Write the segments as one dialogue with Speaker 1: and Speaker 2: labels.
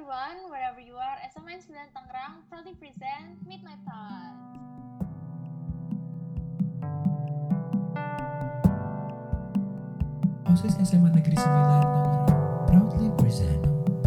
Speaker 1: everyone, wherever you are, SMA 9 Tangerang proudly present Midnight Thoughts.
Speaker 2: OSIS SMA Negeri 9 Tangerang proudly present.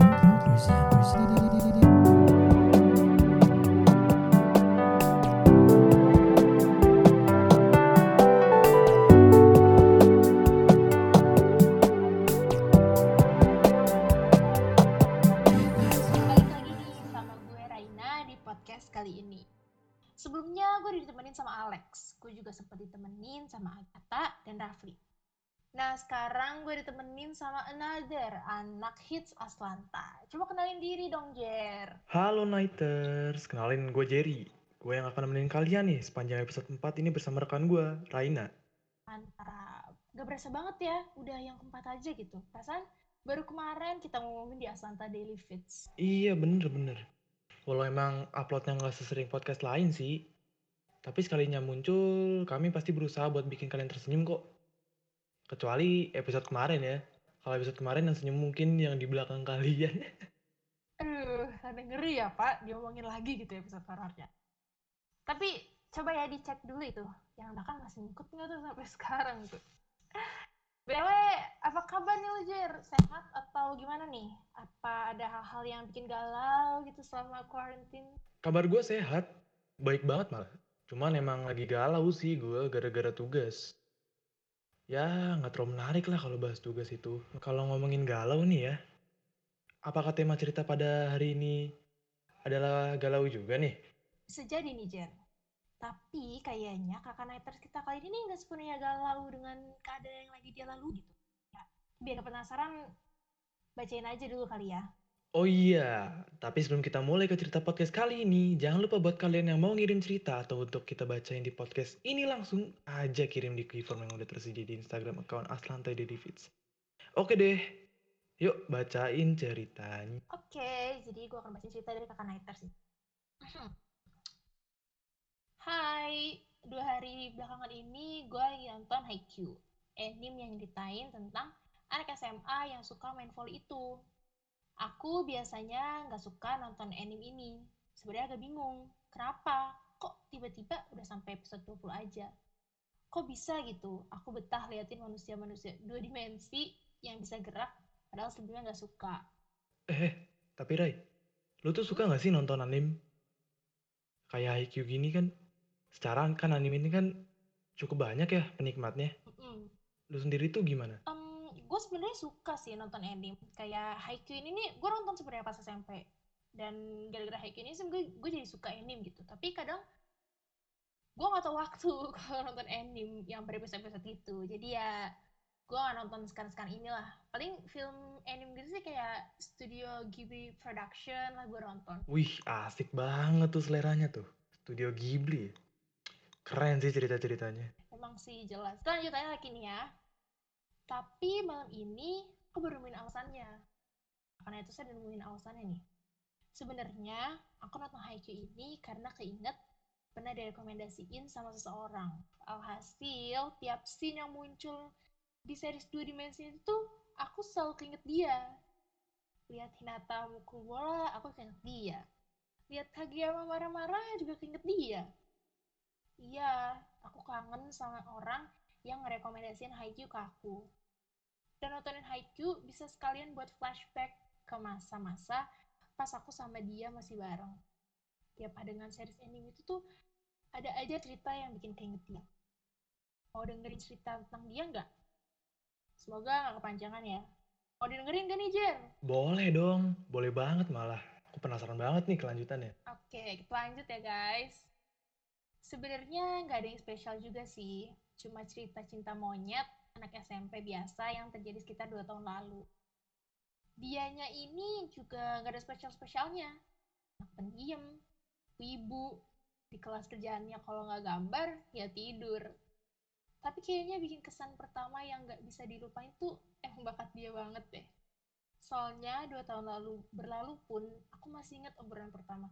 Speaker 1: Balik lagi nih sama gue Raina di podcast kali ini. Sebelumnya gue ditemenin sama Alex, gue juga sempat ditemenin sama Agatha dan Rafli. Nah sekarang gue ditemenin sama another anak hits Aslanta. Coba kenalin diri dong Jer.
Speaker 3: Halo Nighters, kenalin gue Jerry. Gue yang akan nemenin kalian nih sepanjang episode 4 ini bersama rekan gue, Raina.
Speaker 1: Mantap. Gak berasa banget ya, udah yang keempat aja gitu. Perasaan baru kemarin kita ngomongin di Aslanta Daily Feeds.
Speaker 3: Iya bener. Walau emang uploadnya nggak sesering podcast lain sih. Tapi sekalinya muncul, kami pasti berusaha buat bikin kalian tersenyum kok. Kecuali episode kemarin ya. Kalau episode kemarin yang senyum mungkin yang di belakang kalian.
Speaker 1: Aduh, rada ngeri ya Pak, diomongin lagi gitu episode horornya. Tapi coba ya dicek dulu itu, yang belakang masih ngikut nggak tuh sampai sekarang tuh. BTW, apa kabar nih lu Jer? Sehat atau gimana nih? Apa ada hal-hal yang bikin galau gitu selama quarantine?
Speaker 3: Kabar gue sehat, baik banget malah. Cuman emang lagi galau sih gue gara-gara tugas. Ya nggak terlalu menarik lah kalau bahas tugas itu. Kalau ngomongin galau nih ya, apakah tema cerita pada hari ini adalah galau juga nih?
Speaker 1: Bisa jadi nih Jer. Tapi kayaknya kakak Nighters kita kali ini nggak sepenuhnya galau dengan keadaan yang lagi dia lalui gitu. Ya, biar penasaran, bacain aja dulu kali ya.
Speaker 3: Oh iya, tapi sebelum kita mulai ke cerita podcast kali ini, jangan lupa buat kalian yang mau ngirim cerita atau untuk kita bacain di podcast ini langsung aja kirim di form yang udah tersedia di Instagram account Aslanta Daily Feeds. Oke deh, yuk bacain ceritanya.
Speaker 1: Oke, jadi gue akan baca cerita dari kakak Nighters nih. Hai, 2 hari belakangan ini gue lagi nonton Haikyuu, anime yang ditain tentang anak SMA yang suka main volley itu. Aku biasanya nggak suka nonton anime ini. Sebenarnya agak bingung, kenapa? Kok tiba-tiba udah sampai episode 20 aja? Kok bisa gitu? Aku betah liatin manusia-manusia 2 dimensi yang bisa gerak, padahal sebelumnya nggak suka.
Speaker 3: Eh, tapi Ray, lu tuh
Speaker 1: Hmm?
Speaker 3: suka gak sih nonton anime? Kayak Haikyuu gini kan, secara kan anime ini kan cukup banyak ya penikmatnya.
Speaker 1: Mm-mm.
Speaker 3: Lu sendiri tuh gimana?
Speaker 1: Gue sebenarnya suka sih nonton anime. Kayak Haikyuu ini nih, gue nonton sebenarnya pas SMP. Dan gara-gara Haikyuu ini sih gue jadi suka anime gitu. Tapi kadang gue gak tau waktu kalau nonton anime yang berepisode-episode gitu. Jadi ya gue gak nonton sekarang-sekarang inilah. Paling film anime gitu sih kayak Studio Ghibli Production lah gue nonton.
Speaker 3: Wih, asik banget tuh seleranya tuh. Studio Ghibli. Keren sih cerita-ceritanya.
Speaker 1: Emang sih jelas. Lanjutannya lagi nih ya. Tapi malam ini aku baru nemuin alasannya. Karena itu saya udah nemuin alasannya nih. Sebenarnya aku nonton Haikyuu ini karena keinget pernah direkomendasiin sama seseorang. Alhasil, tiap scene yang muncul di series 2 dimensi itu tuh aku selalu keinget dia. Lihat Hinata mukul bola, aku keinget dia. Lihat Kageyama marah-marah, juga keinget dia. Iya, aku kangen sama orang yang ngerekomendasiin Haikyuu ke aku. Dan nontonin Haikyuu bisa sekalian buat flashback ke masa-masa pas aku sama dia masih bareng. Tiap adegan series anime itu tuh ada aja cerita yang bikin keinget dia. Mau dengerin cerita tentang dia nggak? Semoga nggak kepanjangan ya. Mau dengerin gak nih, Jer?
Speaker 3: Boleh dong, boleh banget malah. Aku penasaran banget nih kelanjutannya.
Speaker 1: Oke, kita lanjut ya, guys. Sebenarnya nggak ada yang spesial juga sih. Cuma cerita cinta monyet anak SMP biasa yang terjadi sekitar 2 tahun lalu. Dianya ini juga nggak ada spesial-spesialnya. Anak pendiam, wibu, di kelas kerjaannya kalau nggak gambar, ya tidur. Tapi kayaknya bikin kesan pertama yang nggak bisa dilupain tuh emang bakat dia banget deh. Soalnya 2 tahun lalu berlalu pun aku masih ingat obrolan pertama.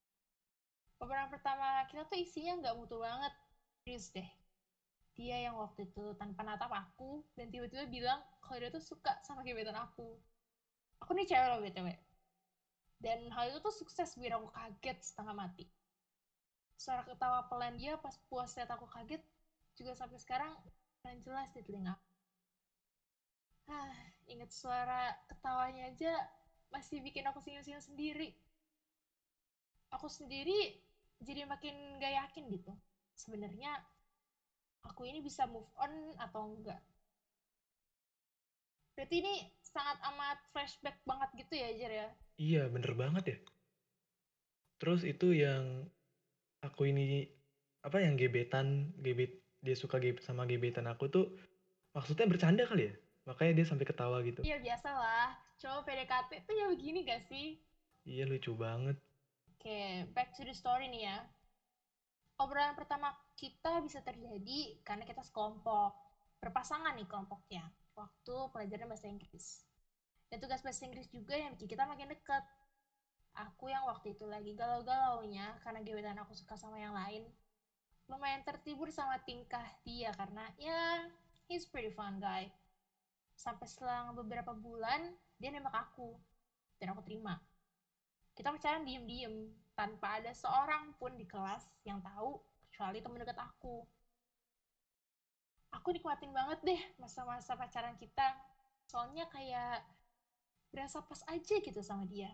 Speaker 1: Obrolan pertama kita tuh isinya nggak mutu banget. Serius deh. Dia yang waktu itu tanpa natap aku dan tiba-tiba bilang kalau dia tuh suka sama gebetan aku. Aku nih cewek loh BTW. Dan hal itu tuh sukses biar aku kaget setengah mati. Suara ketawa pelan dia pas puas lihat aku kaget juga sampai sekarang paling jelas di telinga. Ingat suara ketawanya aja masih bikin aku senyum-senyum sendiri. Aku sendiri jadi makin gak yakin gitu. Sebenarnya aku ini bisa move on atau enggak. Berarti ini sangat amat flashback banget gitu ya, Jer ya?
Speaker 3: Iya, bener banget ya. Terus itu yang aku ini yang dia suka gebet sama gebetan aku tuh maksudnya bercanda kali ya. Makanya dia sampai ketawa gitu.
Speaker 1: Iya biasalah, cowok PDKT tuh ya begini gak sih?
Speaker 3: Iya, lucu banget.
Speaker 1: Oke, back to the story nih ya. Obrolan pertama kita bisa terjadi karena kita sekelompok. Berpasangan nih kelompoknya, waktu pelajaran bahasa Inggris. Dan tugas bahasa Inggris juga yang bikin kita makin deket. Aku yang waktu itu lagi galau-galaunya karena gebetan aku suka sama yang lain. Lumayan tertibur sama tingkah dia karena ya, he's pretty fun guy. Sampai selang beberapa bulan, dia nembak aku. Dan aku terima. Kita pacaran diem-diem, tanpa ada seorang pun di kelas yang tahu, kecuali temen deket aku. Aku nikmatin banget deh masa-masa pacaran kita. Soalnya kayak berasa pas aja gitu sama dia.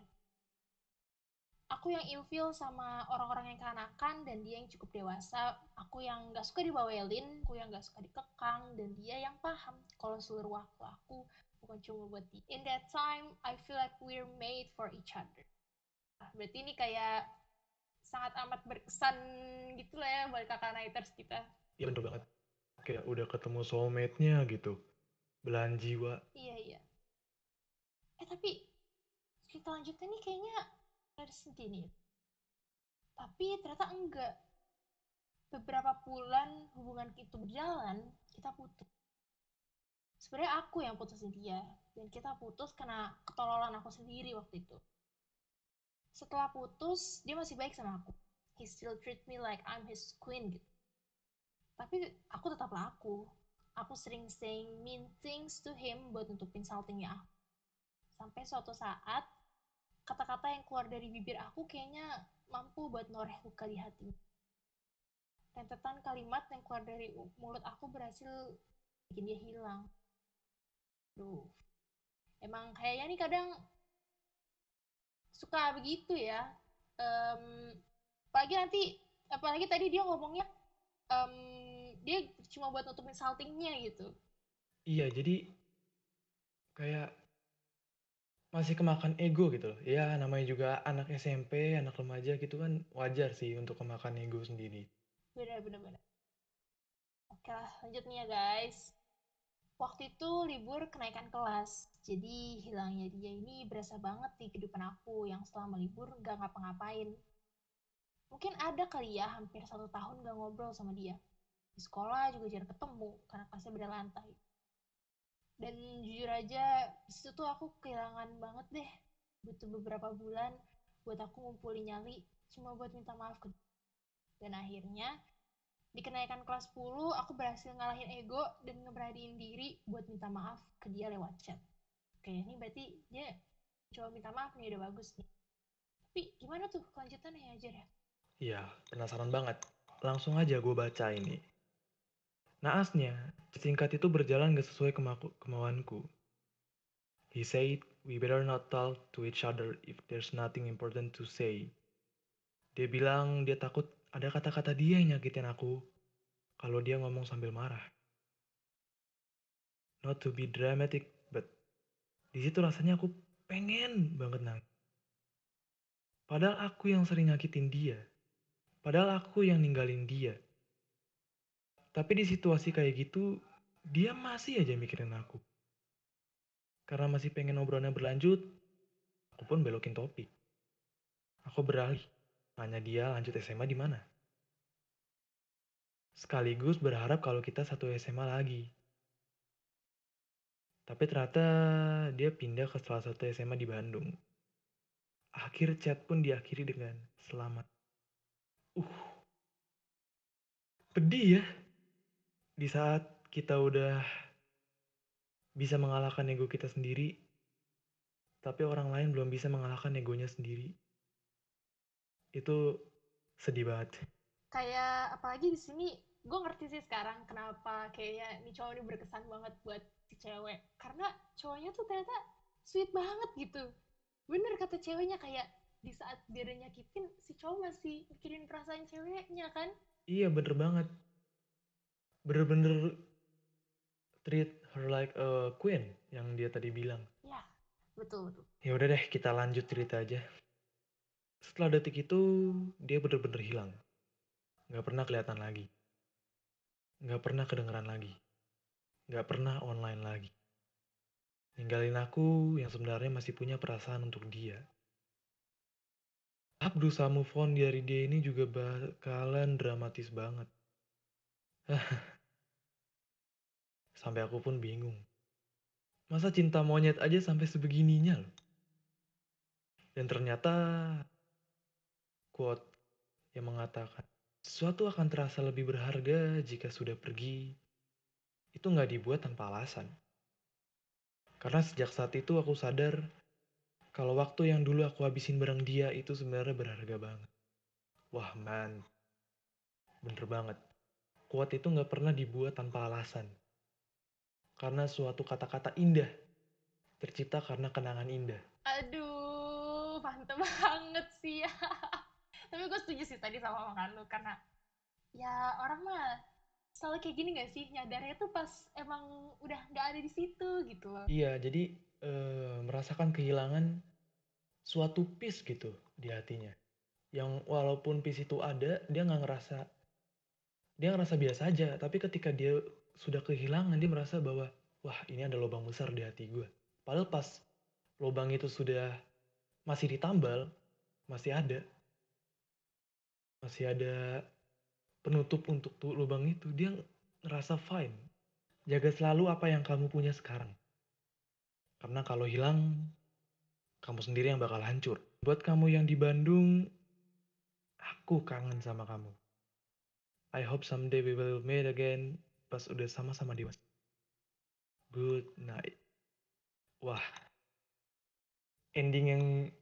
Speaker 1: Aku yang ilfeel sama orang-orang yang kehanakan dan dia yang cukup dewasa. Aku yang gak suka dibawelin, aku yang gak suka dikekang, dan dia yang paham kalau seluruh waktu aku bukan cuma buat dia. In that time, I feel like we're made for each other. Berarti ini kayak sangat amat berkesan gitu lah ya buat kakak Nighters kita.
Speaker 3: Iya, bener banget. Kayak udah ketemu soulmate-nya gitu. Belahan jiwa.
Speaker 1: Iya, iya. Tapi cerita lanjutnya nih kayaknya ada sedih nih. Tapi ternyata enggak. Beberapa bulan hubungan itu berjalan, kita putus. Sebenarnya aku yang putusin dia. Dan kita putus karena ketololan aku sendiri waktu itu. Setelah putus, dia masih baik sama aku. He still treat me like I'm his queen gitu. Tapi aku tetaplah aku. Aku sering saying mean things to him buat nutupin saltingnya aku. Sampai suatu saat, kata-kata yang keluar dari bibir aku kayaknya mampu buat noreh luka di hati. Rentetan kalimat yang keluar dari mulut aku berhasil bikin dia hilang. Duh, emang kayaknya nih kadang suka begitu ya. Um, apalagi nanti, apalagi tadi dia ngomongnya um, dia cuma buat nutupin saltingnya gitu.
Speaker 3: Iya, jadi kayak masih kemakan ego gitu loh. Ya, namanya juga anak SMP, anak remaja gitu kan wajar sih untuk kemakan ego sendiri.
Speaker 1: Bener-bener. Oke lah, lanjut nih ya guys. Waktu itu libur kenaikan kelas, jadi hilangnya dia ini berasa banget di kehidupan aku yang selama libur gak ngapa-ngapain. Mungkin ada kali ya hampir 1 tahun gak ngobrol sama dia. Di sekolah juga jarang ketemu karena kelasnya beda lantai. Dan jujur aja, disitu tuh aku kehilangan banget deh. Butuh beberapa bulan buat aku ngumpulin nyali cuma buat minta maaf ke dia. Dan akhirnya, di kenaikan kelas 10, aku berhasil ngalahin ego dan ngeberaniin diri buat minta maaf ke dia lewat chat. Oke, ini berarti dia coba minta maaf nih, udah bagus nih. Tapi gimana tuh kelanjutannya ya, Jer ya?
Speaker 3: Iya, penasaran banget. Langsung aja gue baca ini. Naasnya, singkat itu berjalan gak sesuai kemauanku. He said, we better not talk to each other if there's nothing important to say. Dia bilang dia takut ada kata-kata dia yang nyakitin aku kalau dia ngomong sambil marah. Not to be dramatic, but di situ rasanya aku pengen banget nangis. Padahal aku yang sering nyakitin dia. Padahal aku yang ninggalin dia. Tapi di situasi kayak gitu, dia masih aja mikirin aku. Karena masih pengen obrolannya berlanjut, aku pun belokin topik. Aku beralih, tanya dia lanjut SMA di mana. Sekaligus berharap kalau kita satu SMA lagi. Tapi ternyata dia pindah ke salah satu SMA di Bandung. Akhir chat pun diakhiri dengan selamat. Pedih ya. Di saat kita udah bisa mengalahkan ego kita sendiri, tapi orang lain belum bisa mengalahkan egonya sendiri. Itu sedih banget.
Speaker 1: Kayak apalagi di sini gue ngerti sih sekarang kenapa kayaknya nih cowok ini berkesan banget buat si cewek, karena cowoknya tuh ternyata sweet banget gitu. Bener kata ceweknya, kayak di saat dia udah nyakitin, si cowok masih mikirin perasaan ceweknya kan.
Speaker 3: Iya bener banget. Bener-bener treat her like a queen yang dia tadi bilang.
Speaker 1: Ya, betul betul.
Speaker 3: Ya udah deh, kita lanjut cerita aja. Setelah detik itu, dia bener-bener hilang. Nggak pernah kelihatan lagi. Nggak pernah kedengeran lagi. Nggak pernah online lagi. Ninggalin aku yang sebenarnya masih punya perasaan untuk dia. Tahap berusaha move on dari dia ini juga bakalan dramatis banget. Sampai aku pun bingung. Masa cinta monyet aja sampai sebegininya loh. Dan ternyata quote yang mengatakan, sesuatu akan terasa lebih berharga jika sudah pergi, itu nggak dibuat tanpa alasan. Karena sejak saat itu aku sadar kalau waktu yang dulu aku habisin bareng dia itu sebenarnya berharga banget. Wah man, bener banget. Quote itu nggak pernah dibuat tanpa alasan. Karena suatu kata-kata indah tercipta karena kenangan indah.
Speaker 1: Aduh, mantep banget sih ya. Tapi gue setuju sih tadi sama omongan lu, karena ya orang mah selalu kayak gini gak sih, nyadarnya tuh pas emang udah nggak ada di situ gitu loh.
Speaker 3: Iya, jadi merasakan kehilangan suatu peace gitu di hatinya. Yang walaupun peace itu ada, dia ngerasa biasa aja. Tapi ketika dia sudah kehilangan, dia merasa bahwa, wah ini ada lubang besar di hati gue. Padahal pas lubang itu sudah masih ditambal, masih ada, masih ada penutup untuk tuh lubang itu, dia ngerasa fine. Jaga selalu apa yang kamu punya sekarang. Karena kalau hilang, kamu sendiri yang bakal hancur. Buat kamu yang di Bandung, aku kangen sama kamu. I hope someday we will meet again pas udah sama-sama dewasa. Good night. Wah, ending yang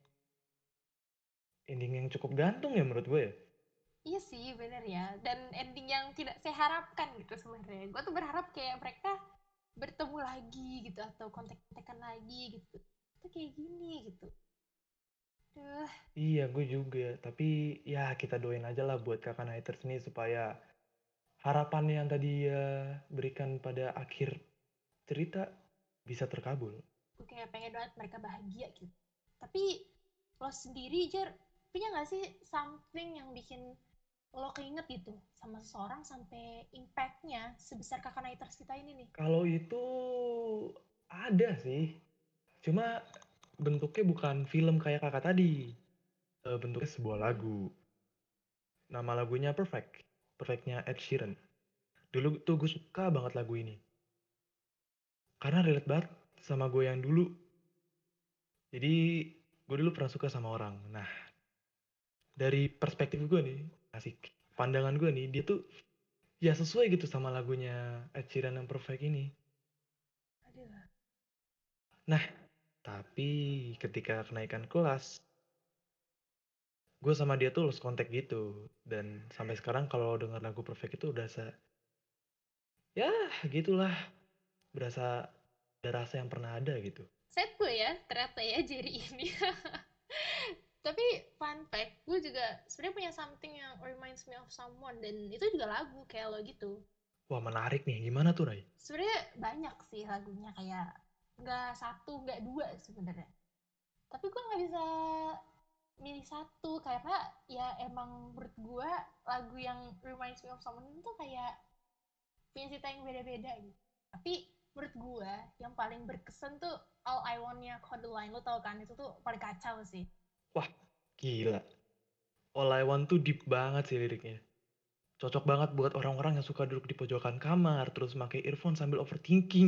Speaker 3: ending yang cukup gantung ya menurut gue ya.
Speaker 1: Iya sih, bener ya. Dan ending yang tidak saya harapkan gitu sebenarnya. Gue tuh berharap kayak mereka bertemu lagi gitu, atau kontak-kontakan lagi gitu. Itu kayak gini gitu. Duh,
Speaker 3: Iya, gue juga. Tapi ya kita doain aja lah buat kakak Nighters ini supaya harapan yang tadi ya berikan pada akhir cerita bisa terkabul.
Speaker 1: gue kayak pengen banget mereka bahagia gitu. Tapi lo sendiri, Jer, punya gak sih something yang bikin lo keinget gitu sama seseorang sampai impactnya sebesar Kakak Nighters kita ini nih?
Speaker 3: Kalau itu ada sih. Cuma bentuknya bukan film kayak kakak tadi. Bentuknya sebuah
Speaker 1: Hmm.
Speaker 3: lagu. Nama lagunya Perfect. Perfectnya Ed Sheeran. Dulu tuh gue suka banget lagu ini. Karena relate banget sama gue yang dulu. Jadi gue dulu pernah suka sama orang. Nah, dari perspektif gue nih, asik. Pandangan gue nih, dia tuh ya sesuai gitu sama lagunya Ed Sheeran yang Perfect ini.
Speaker 1: Aduh.
Speaker 3: Nah, tapi ketika kenaikan kelas, gue sama dia tuh lost contact gitu. Dan sampai sekarang kalau denger lagu Perfect itu udah ya gitulah. Berasa ada rasa yang pernah ada gitu.
Speaker 1: Sad gue ya, ternyata ya Jerry ini. Tapi fun fact, gue juga sebenarnya punya something yang reminds me of someone, dan itu juga lagu kayak lo gitu.
Speaker 3: Wah menarik nih, gimana tuh Ray?
Speaker 1: Sebenarnya banyak sih lagunya, kayak nggak satu nggak dua sebenarnya. Tapi gue nggak bisa milih satu, karena ya emang menurut gue lagu yang reminds me of someone itu kayak punya cerita yang beda-beda gitu. Tapi menurut gue yang paling berkesan tuh All I Want-nya Kodaline. Lo tau kan, itu tuh paling kacau sih.
Speaker 3: Wah gila. All I Want tuh deep banget sih liriknya. Cocok banget buat orang-orang yang suka duduk di pojokan kamar, terus pakai earphone sambil overthinking.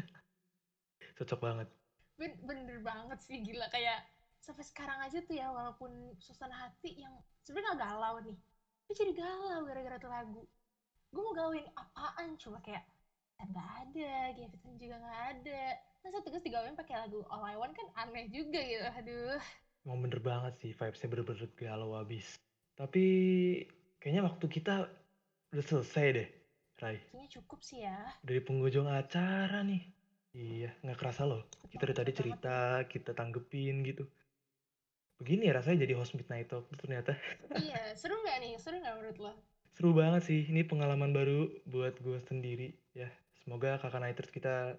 Speaker 3: Cocok banget.
Speaker 1: Bener banget sih, gila. Kayak sampai sekarang aja tuh ya, walaupun suasana hati yang sebenarnya gak galau nih, tapi jadi galau gara-gara tuh lagu. Gue mau gauin apaan coba, kayak kan gak ada, Gevitan juga gak ada, Masa tugas digawain pakai lagu All I Want kan aneh juga gitu. Aduh.
Speaker 3: Emang bener banget sih, vibes-nya bener-bener galau abis. Tapi kayaknya waktu kita udah selesai deh, Rai.
Speaker 1: Kayaknya cukup sih ya.
Speaker 3: Dari penghujung acara nih. Iya, nggak kerasa loh. Kita dari tadi
Speaker 1: Cepet banget
Speaker 3: cerita, kita tanggepin gitu. Begini ya rasanya jadi host Midnight Talk ternyata.
Speaker 1: Iya, seru nggak nih? Seru nggak menurut lo?
Speaker 3: Seru banget sih, ini pengalaman baru buat gue sendiri ya. Semoga kakak Nighters kita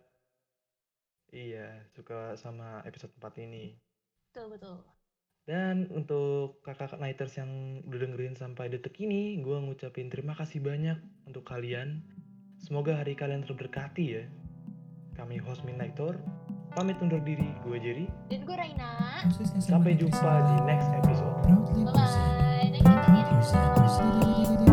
Speaker 3: suka sama episode 4 ini.
Speaker 1: Betul.
Speaker 3: Dan untuk kakak Nighters yang udah dengerin sampai detik ini, gue ngucapin terima kasih banyak untuk kalian. Semoga hari kalian terberkati ya. Kami host Midnight Talk, pamit undur diri, gue Jerry.
Speaker 1: Dan gue Raina.
Speaker 2: Prosesnya
Speaker 3: Sampai
Speaker 2: sama
Speaker 3: jumpa di next episode.
Speaker 2: Proudly present.
Speaker 1: Bye-bye. Thank you kalian.
Speaker 2: Present.